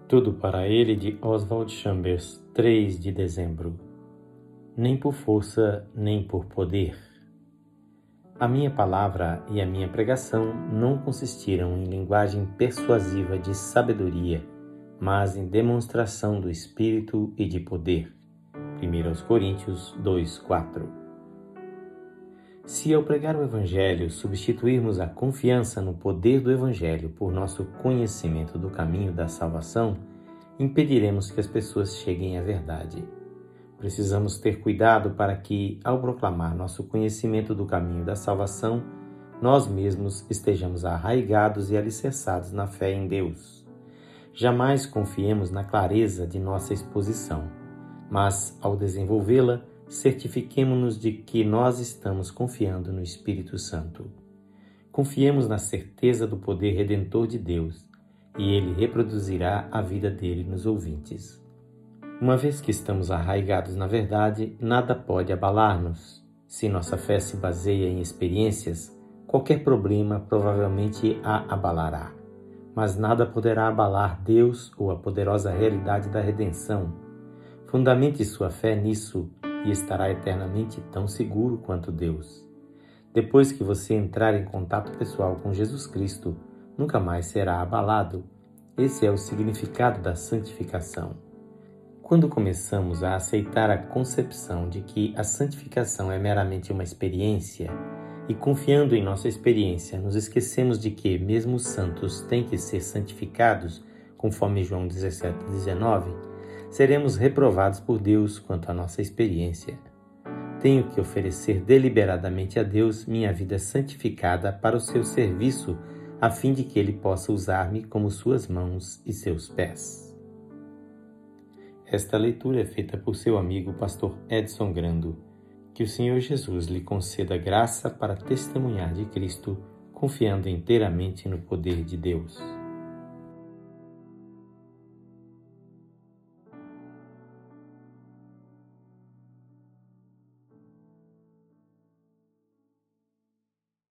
Tudo para ele, de Oswald Chambers, 3 de dezembro. Nem por força, nem por poder. A minha palavra e a minha pregação não consistiram em linguagem persuasiva de sabedoria, mas em demonstração do Espírito e de poder. 1 Coríntios 2:4. Se ao pregar o Evangelho substituirmos a confiança no poder do Evangelho por nosso conhecimento do caminho da salvação, impediremos que as pessoas cheguem à verdade. Precisamos ter cuidado para que, ao proclamar nosso conhecimento do caminho da salvação, nós mesmos estejamos arraigados e alicerçados na fé em Deus. Jamais confiemos na clareza de nossa exposição, mas, ao desenvolvê-la, certifiquemo-nos de que nós estamos confiando no Espírito Santo. Confiemos na certeza do poder redentor de Deus, e Ele reproduzirá a vida dele nos ouvintes. Uma vez que estamos arraigados na verdade, nada pode abalar-nos. Se nossa fé se baseia em experiências, qualquer problema provavelmente a abalará. Mas nada poderá abalar Deus ou a poderosa realidade da redenção. Fundamente sua fé nisso e estará eternamente tão seguro quanto Deus. Depois que você entrar em contato pessoal com Jesus Cristo, nunca mais será abalado. Esse é o significado da santificação. Quando começamos a aceitar a concepção de que a santificação é meramente uma experiência, e confiando em nossa experiência, nos esquecemos de que mesmo os santos têm que ser santificados, conforme João 17:19, seremos reprovados por Deus quanto à nossa experiência. Tenho que oferecer deliberadamente a Deus minha vida santificada para o seu serviço, a fim de que Ele possa usar-me como suas mãos e seus pés. Esta leitura é feita por seu amigo pastor Edson Grando. Que o Senhor Jesus lhe conceda graça para testemunhar de Cristo, confiando inteiramente no poder de Deus.